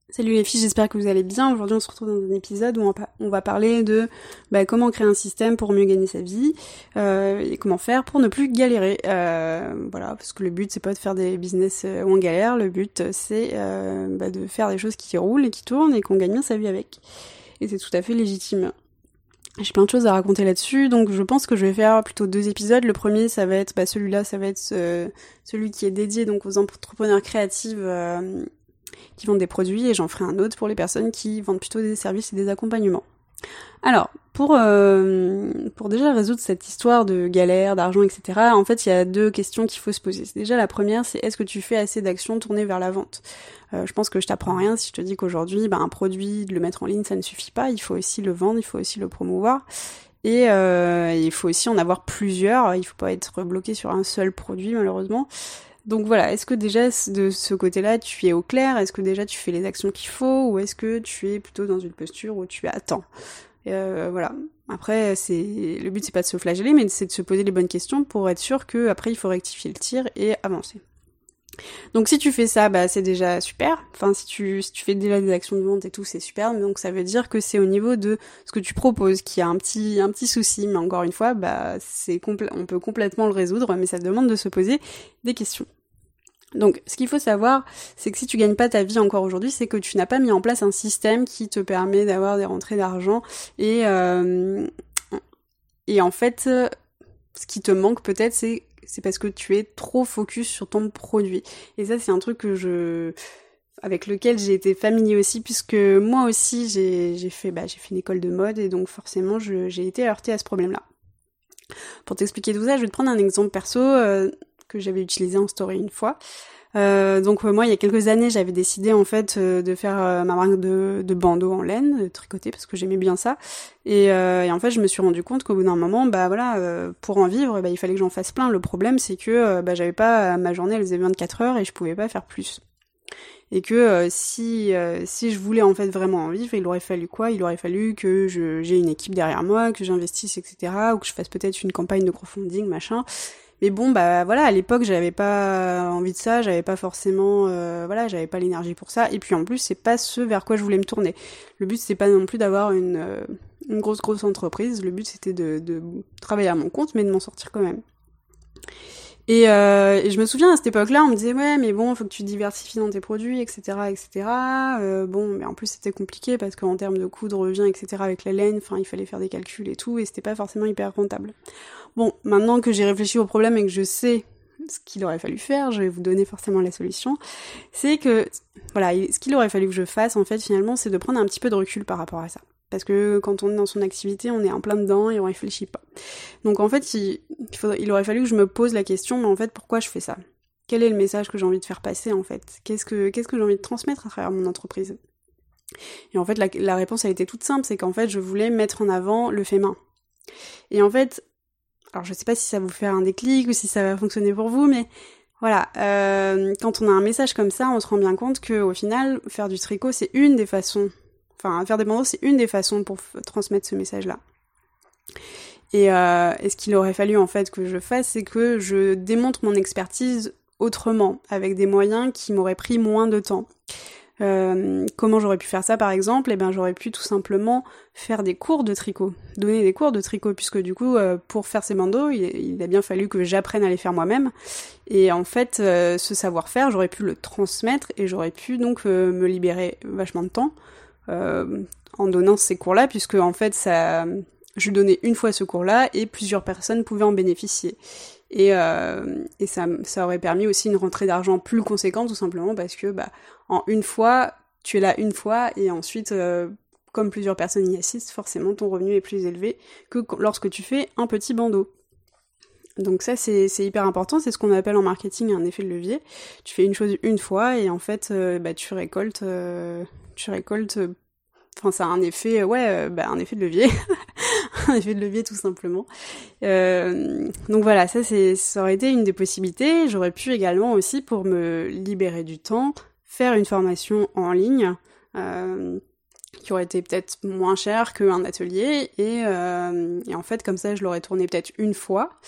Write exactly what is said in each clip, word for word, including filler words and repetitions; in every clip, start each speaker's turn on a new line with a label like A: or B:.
A: Salut les filles, j'espère que vous allez bien. Aujourd'hui on se retrouve dans un épisode où on va, on va parler de bah, comment créer un système pour mieux gagner sa vie euh, et comment faire pour ne plus galérer. Euh, voilà, parce que le but c'est pas de faire des business où on galère, le but c'est euh, bah, de faire des choses qui roulent et qui tournent et qu'on gagne bien sa vie avec. Et c'est tout à fait légitime. J'ai plein de choses à raconter là-dessus, donc je pense que je vais faire plutôt deux épisodes. Le premier, ça va être, bah celui-là, ça va être euh, celui qui est dédié donc aux entrepreneurs créatifs euh, qui vendent des produits, et j'en ferai un autre pour les personnes qui vendent plutôt des services et des accompagnements. Alors, pour euh, pour déjà résoudre cette histoire de galère, d'argent, et cetera, en fait, il y a deux questions qu'il faut se poser. Déjà, la première, c'est est-ce que tu fais assez d'actions tournées vers la vente ? euh, Je pense que je t'apprends rien si je te dis qu'aujourd'hui, bah, un produit, de le mettre en ligne, ça ne suffit pas. Il faut aussi le vendre, il faut aussi le promouvoir. Et euh, il faut aussi en avoir plusieurs. Il faut pas être bloqué sur un seul produit, malheureusement. Donc voilà, est-ce que déjà de ce côté-là, tu es au clair ? Est-ce que déjà tu fais les actions qu'il faut ? Ou est-ce que tu es plutôt dans une posture où tu attends ? euh, Voilà. Après, c'est le but, c'est pas de se flageller, mais c'est de se poser les bonnes questions pour être sûr que après il faut rectifier le tir et avancer. Donc si tu fais ça, bah c'est déjà super. Enfin, si tu si tu fais déjà des actions de vente et tout, c'est super. Mais donc ça veut dire que c'est au niveau de ce que tu proposes qu'il y a un petit un petit souci. Mais encore une fois, bah c'est compl- on peut complètement le résoudre, mais ça demande de se poser des questions. Donc, ce qu'il faut savoir, c'est que si tu gagnes pas ta vie encore aujourd'hui, c'est que tu n'as pas mis en place un système qui te permet d'avoir des rentrées d'argent et euh, et en fait, ce qui te manque peut-être, c'est c'est parce que tu es trop focus sur ton produit. Et ça, c'est un truc que je avec lequel j'ai été familier aussi, puisque moi aussi j'ai j'ai fait bah j'ai fait une école de mode et donc forcément je, j'ai été heurtée à ce problème-là. Pour t'expliquer tout ça, je vais te prendre un exemple perso euh, que j'avais utilisé en story une fois. Euh, donc euh, moi, il y a quelques années, j'avais décidé en fait euh, de faire euh, ma marque de, de bandeaux en laine, de tricoter, parce que j'aimais bien ça. Et, euh, et en fait, je me suis rendu compte qu'au bout d'un moment, bah voilà, euh, pour en vivre, bah, il fallait que j'en fasse plein. Le problème, c'est que euh, bah, j'avais pas ma journée, elle faisait vingt-quatre heures et je pouvais pas faire plus. Et que euh, si euh, si je voulais en fait vraiment en vivre, il aurait fallu quoi ? Il aurait fallu que je j'ai une équipe derrière moi, que j'investisse, et cetera, ou que je fasse peut-être une campagne de crowdfunding, machin. Mais bon, bah voilà, à l'époque, j'avais pas envie de ça, j'avais pas forcément, euh, voilà, j'avais pas l'énergie pour ça. Et puis en plus, c'est pas ce vers quoi je voulais me tourner. Le but, c'est pas non plus d'avoir une euh, une grosse grosse entreprise. Le but, c'était de de travailler à mon compte, mais de m'en sortir quand même. Et, euh, et je me souviens à cette époque-là, on me disait ouais, mais bon, faut que tu diversifies dans tes produits, et cetera, et cetera. Euh, bon, mais en plus c'était compliqué parce qu'en termes de coûts de revient, et cetera, avec la laine, enfin, il fallait faire des calculs et tout, et c'était pas forcément hyper rentable. Bon, maintenant que j'ai réfléchi au problème et que je sais ce qu'il aurait fallu faire, je vais vous donner forcément la solution. C'est que, voilà, ce qu'il aurait fallu que je fasse, en fait, finalement, c'est de prendre un petit peu de recul par rapport à ça. Parce que quand on est dans son activité, on est en plein dedans et on réfléchit pas. Donc en fait, il, il, faudrait, il aurait fallu que je me pose la question, mais en fait, pourquoi je fais ça ? Quel est le message que j'ai envie de faire passer, en fait ? Qu'est-ce que, qu'est-ce que j'ai envie de transmettre à travers mon entreprise ? Et en fait, la, la réponse a été toute simple, c'est qu'en fait, je voulais mettre en avant le fait main. Et en fait, alors je sais pas si ça va vous faire un déclic ou si ça va fonctionner pour vous, mais voilà, euh, quand on a un message comme ça, on se rend bien compte que au final, faire du tricot, c'est une des façons, enfin faire des bandeaux, c'est une des façons pour f- transmettre ce message-là. Et, euh, et ce qu'il aurait fallu en fait que je fasse, c'est que je démontre mon expertise autrement, avec des moyens qui m'auraient pris moins de temps. Euh, comment j'aurais pu faire ça par exemple ? Eh ben j'aurais pu tout simplement faire des cours de tricot, donner des cours de tricot, puisque du coup euh, pour faire ces bandeaux, il, il a bien fallu que j'apprenne à les faire moi-même. Et en fait, euh, ce savoir-faire, j'aurais pu le transmettre et j'aurais pu donc euh, me libérer vachement de temps euh, en donnant ces cours-là, puisque en fait ça, je donnais une fois ce cours-là et plusieurs personnes pouvaient en bénéficier. Et, euh, et ça, ça aurait permis aussi une rentrée d'argent plus conséquente, tout simplement parce que bah, en une fois, tu es là une fois, et ensuite, euh, comme plusieurs personnes y assistent, forcément ton revenu est plus élevé que lorsque tu fais un petit bandeau. Donc ça, c'est, c'est hyper important, c'est ce qu'on appelle en marketing un effet de levier. Tu fais une chose une fois, et en fait, euh, bah, tu récoltes... Euh, tu récoltes... Euh, Enfin, ça a un effet, ouais, euh, bah, un effet de levier. Un effet de levier, tout simplement. Euh, donc voilà, ça, c'est, ça aurait été une des possibilités. J'aurais pu également aussi, pour me libérer du temps, faire une formation en ligne, euh, qui aurait été peut-être moins cher qu'un atelier. Et, euh, et en fait, comme ça, je l'aurais tourné peut-être une fois.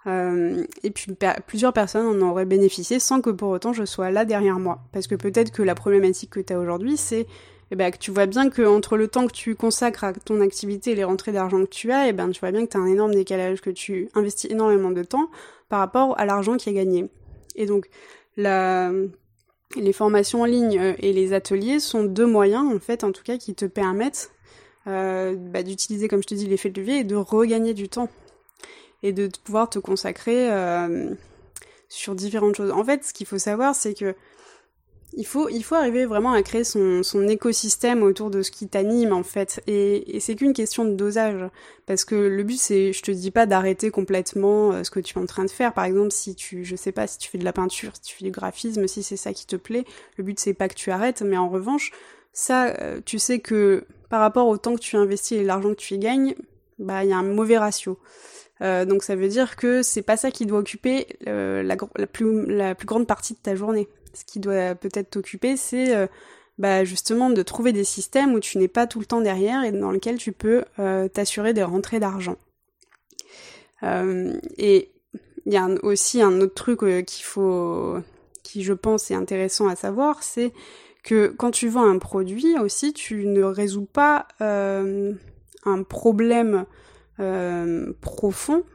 A: Euh, et puis per- plusieurs personnes en auraient bénéficié sans que pour autant je sois là derrière moi. Parce que peut-être que la problématique que tu as aujourd'hui, c'est eh ben, que tu vois bien qu'entre le temps que tu consacres à ton activité et les rentrées d'argent que tu as, eh ben, tu vois bien que tu as un énorme décalage, que tu investis énormément de temps par rapport à l'argent qui est gagné. Et donc, la... les formations en ligne et les ateliers sont deux moyens, en fait, en tout cas, qui te permettent euh, bah, d'utiliser, comme je te dis, l'effet de levier et de regagner du temps. Et de pouvoir te consacrer euh, sur différentes choses. En fait, ce qu'il faut savoir, c'est que il faut, il faut arriver vraiment à créer son, son écosystème autour de ce qui t'anime, en fait. Et, et c'est qu'une question de dosage. Parce que le but, c'est, je te dis pas d'arrêter complètement ce que tu es en train de faire. Par exemple, si tu, je sais pas, si tu fais de la peinture, si tu fais du graphisme, si c'est ça qui te plaît, le but, c'est pas que tu arrêtes. Mais en revanche, ça, tu sais que par rapport au temps que tu investis et l'argent que tu y gagnes, bah, il y a un mauvais ratio. Euh, donc ça veut dire que c'est pas ça qui doit occuper euh, la, la, plus, la plus grande partie de ta journée. Ce qui doit peut-être t'occuper, c'est euh, bah, justement de trouver des systèmes où tu n'es pas tout le temps derrière et dans lesquels tu peux euh, t'assurer des rentrées d'argent. Euh, et il y a un, aussi un autre truc euh, qu'il faut, qui je pense est intéressant à savoir, c'est que quand tu vends un produit aussi, tu ne résous pas euh, un problème Euh, profond.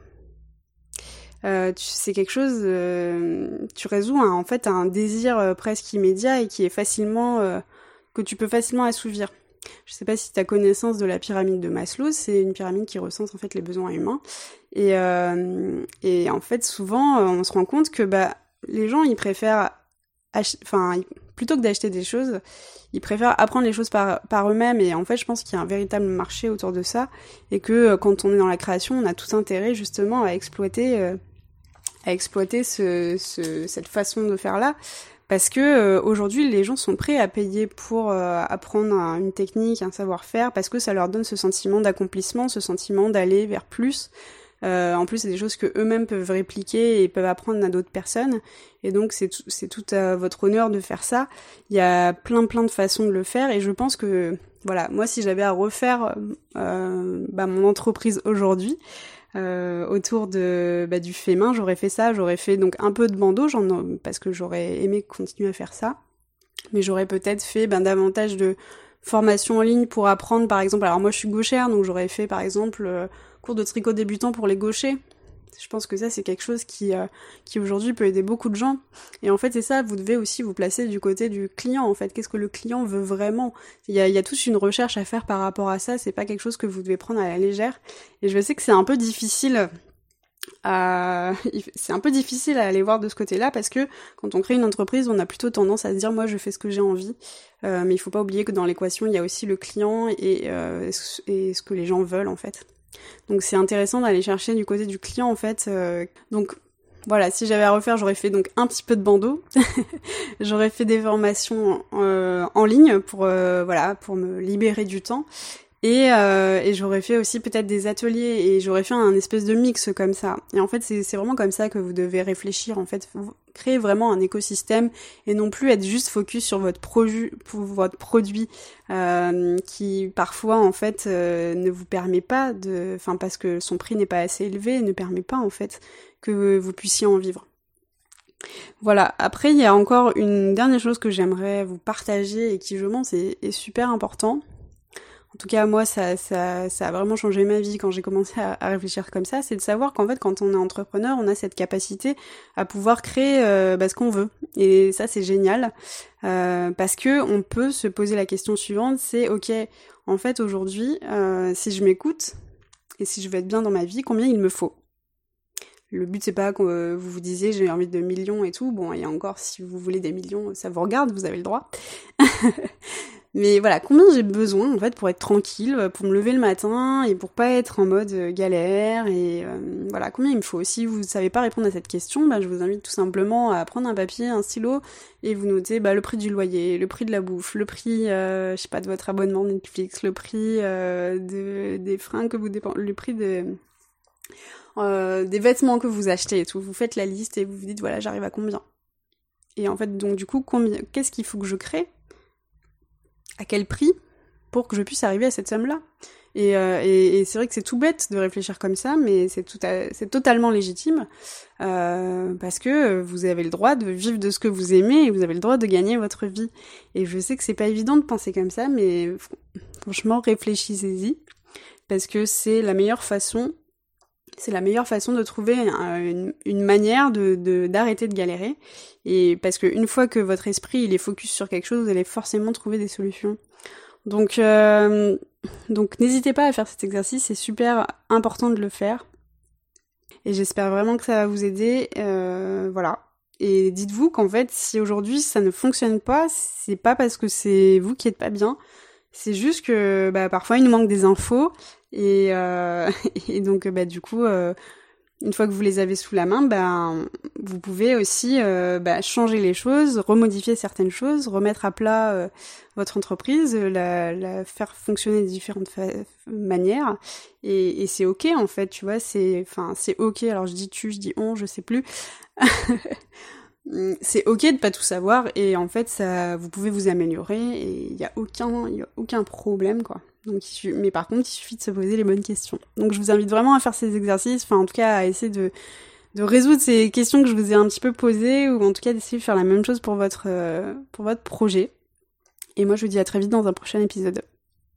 A: Euh, tu, c'est quelque chose, euh, tu résous un, en fait un désir euh, presque immédiat et qui est facilement, euh, que tu peux facilement assouvir. Je sais pas si tu as connaissance de la pyramide de Maslow, c'est une pyramide qui recense en fait les besoins humains. Et, euh, et en fait, souvent, on se rend compte que bah, les gens, ils préfèrent ach- enfin, plutôt que d'acheter des choses, ils préfèrent apprendre les choses par, par eux-mêmes. Et en fait, je pense qu'il y a un véritable marché autour de ça. Et que euh, quand on est dans la création, on a tout intérêt justement à exploiter, euh, à exploiter ce, ce, cette façon de faire-là. Parce que euh, aujourd'hui, les gens sont prêts à payer pour euh, apprendre un, une technique, un savoir-faire, parce que ça leur donne ce sentiment d'accomplissement, ce sentiment d'aller vers plus. Euh, en plus, c'est des choses que eux-mêmes peuvent répliquer et peuvent apprendre à d'autres personnes. Et donc, c'est tout, c'est tout à votre honneur de faire ça. Il y a plein plein de façons de le faire. Et je pense que, voilà, moi, si j'avais à refaire euh, bah, mon entreprise aujourd'hui, euh, autour de bah, du fait main, j'aurais fait ça. J'aurais fait donc un peu de bandeau, j'en, parce que j'aurais aimé continuer à faire ça. Mais j'aurais peut-être fait ben, davantage de formation en ligne pour apprendre, par exemple. Alors moi, je suis gauchère, donc j'aurais fait, par exemple, euh, cours de tricot débutant pour les gauchers. Je pense que ça, c'est quelque chose qui, euh, qui aujourd'hui peut aider beaucoup de gens. Et en fait, c'est ça, vous devez aussi vous placer du côté du client, en fait. Qu'est-ce que le client veut vraiment ? Il y a, il y a toute une recherche à faire par rapport à ça. C'est pas quelque chose que vous devez prendre à la légère. Et je sais que c'est un peu difficile... Euh, c'est un peu difficile à aller voir de ce côté-là parce que quand on crée une entreprise, on a plutôt tendance à se dire moi je fais ce que j'ai envie, euh, mais il faut pas oublier que dans l'équation il y a aussi le client et, euh, et ce que les gens veulent en fait. Donc c'est intéressant d'aller chercher du côté du client en fait. Euh, donc voilà, si j'avais à refaire, j'aurais fait donc un petit peu de bandeau, j'aurais fait des formations euh, en ligne pour euh, voilà pour me libérer du temps. Et, euh, et j'aurais fait aussi peut-être des ateliers et j'aurais fait un espèce de mix comme ça. Et en fait, c'est, c'est vraiment comme ça que vous devez réfléchir. En fait, vous créez vraiment un écosystème et non plus être juste focus sur votre proju- pour votre produit euh, qui parfois en fait euh, ne vous permet pas de, enfin parce que son prix n'est pas assez élevé, ne permet pas en fait que vous puissiez en vivre. Voilà, après il y a encore une dernière chose que j'aimerais vous partager et qui je pense est, est super important. En tout cas, moi, ça, ça, ça a vraiment changé ma vie quand j'ai commencé à, à réfléchir comme ça, c'est de savoir qu'en fait, quand on est entrepreneur, on a cette capacité à pouvoir créer euh, bah, ce qu'on veut. Et ça, c'est génial, euh, parce que on peut se poser la question suivante, c'est ok, en fait, aujourd'hui, euh, si je m'écoute et si je veux être bien dans ma vie, combien il me faut ? Le but, c'est pas que vous vous disiez j'ai envie de millions et tout. Bon, et encore, si vous voulez des millions, ça vous regarde, vous avez le droit. Mais voilà, combien j'ai besoin en fait pour être tranquille, pour me lever le matin et pour pas être en mode galère et euh, voilà, combien il me faut. Si vous savez pas répondre à cette question, bah, je vous invite tout simplement à prendre un papier, un stylo et vous notez bah, le prix du loyer, le prix de la bouffe, le prix, euh, je sais pas, de votre abonnement Netflix, le prix euh, de, des fringues que vous dépensez, le prix de... Euh, des vêtements que vous achetez et tout. Vous faites la liste et vous vous dites voilà, j'arrive à combien. Et en fait, donc du coup, combien, qu'est-ce qu'il faut que je crée ? À quel prix pour que je puisse arriver à cette somme-là ? Et, euh, et, et c'est vrai que c'est tout bête de réfléchir comme ça, mais c'est tout à, c'est totalement légitime, euh, parce que vous avez le droit de vivre de ce que vous aimez et vous avez le droit de gagner votre vie. Et je sais que c'est pas évident de penser comme ça, mais franchement, réfléchissez-y, parce que c'est la meilleure façon, c'est la meilleure façon de trouver une, une manière de, de, d'arrêter de galérer. Et parce que une fois que votre esprit il est focus sur quelque chose, vous allez forcément trouver des solutions. Donc, euh, donc n'hésitez pas à faire cet exercice, c'est super important de le faire. Et j'espère vraiment que ça va vous aider. Euh, voilà. Et dites-vous qu'en fait, si aujourd'hui ça ne fonctionne pas, c'est pas parce que c'est vous qui êtes pas bien. C'est juste que bah, parfois il nous manque des infos. Et, euh, et donc bah, du coup, euh, une fois que vous les avez sous la main, bah, vous pouvez aussi euh, bah, changer les choses, remodifier certaines choses, remettre à plat euh, votre entreprise, la, la faire fonctionner de différentes fa- manières. Et, et c'est ok en fait, tu vois, c'est, enfin, c'est ok. Alors je dis tu, je dis on, je sais plus. C'est ok de pas tout savoir et en fait ça, vous pouvez vous améliorer et il y a aucun, il y a aucun problème quoi. Donc, mais par contre, il suffit de se poser les bonnes questions. Donc, je vous invite vraiment à faire ces exercices, enfin, en tout cas, à essayer de, de résoudre ces questions que je vous ai un petit peu posées, ou en tout cas d'essayer de faire la même chose pour votre, euh, pour votre projet. Et moi, je vous dis à très vite dans un prochain épisode.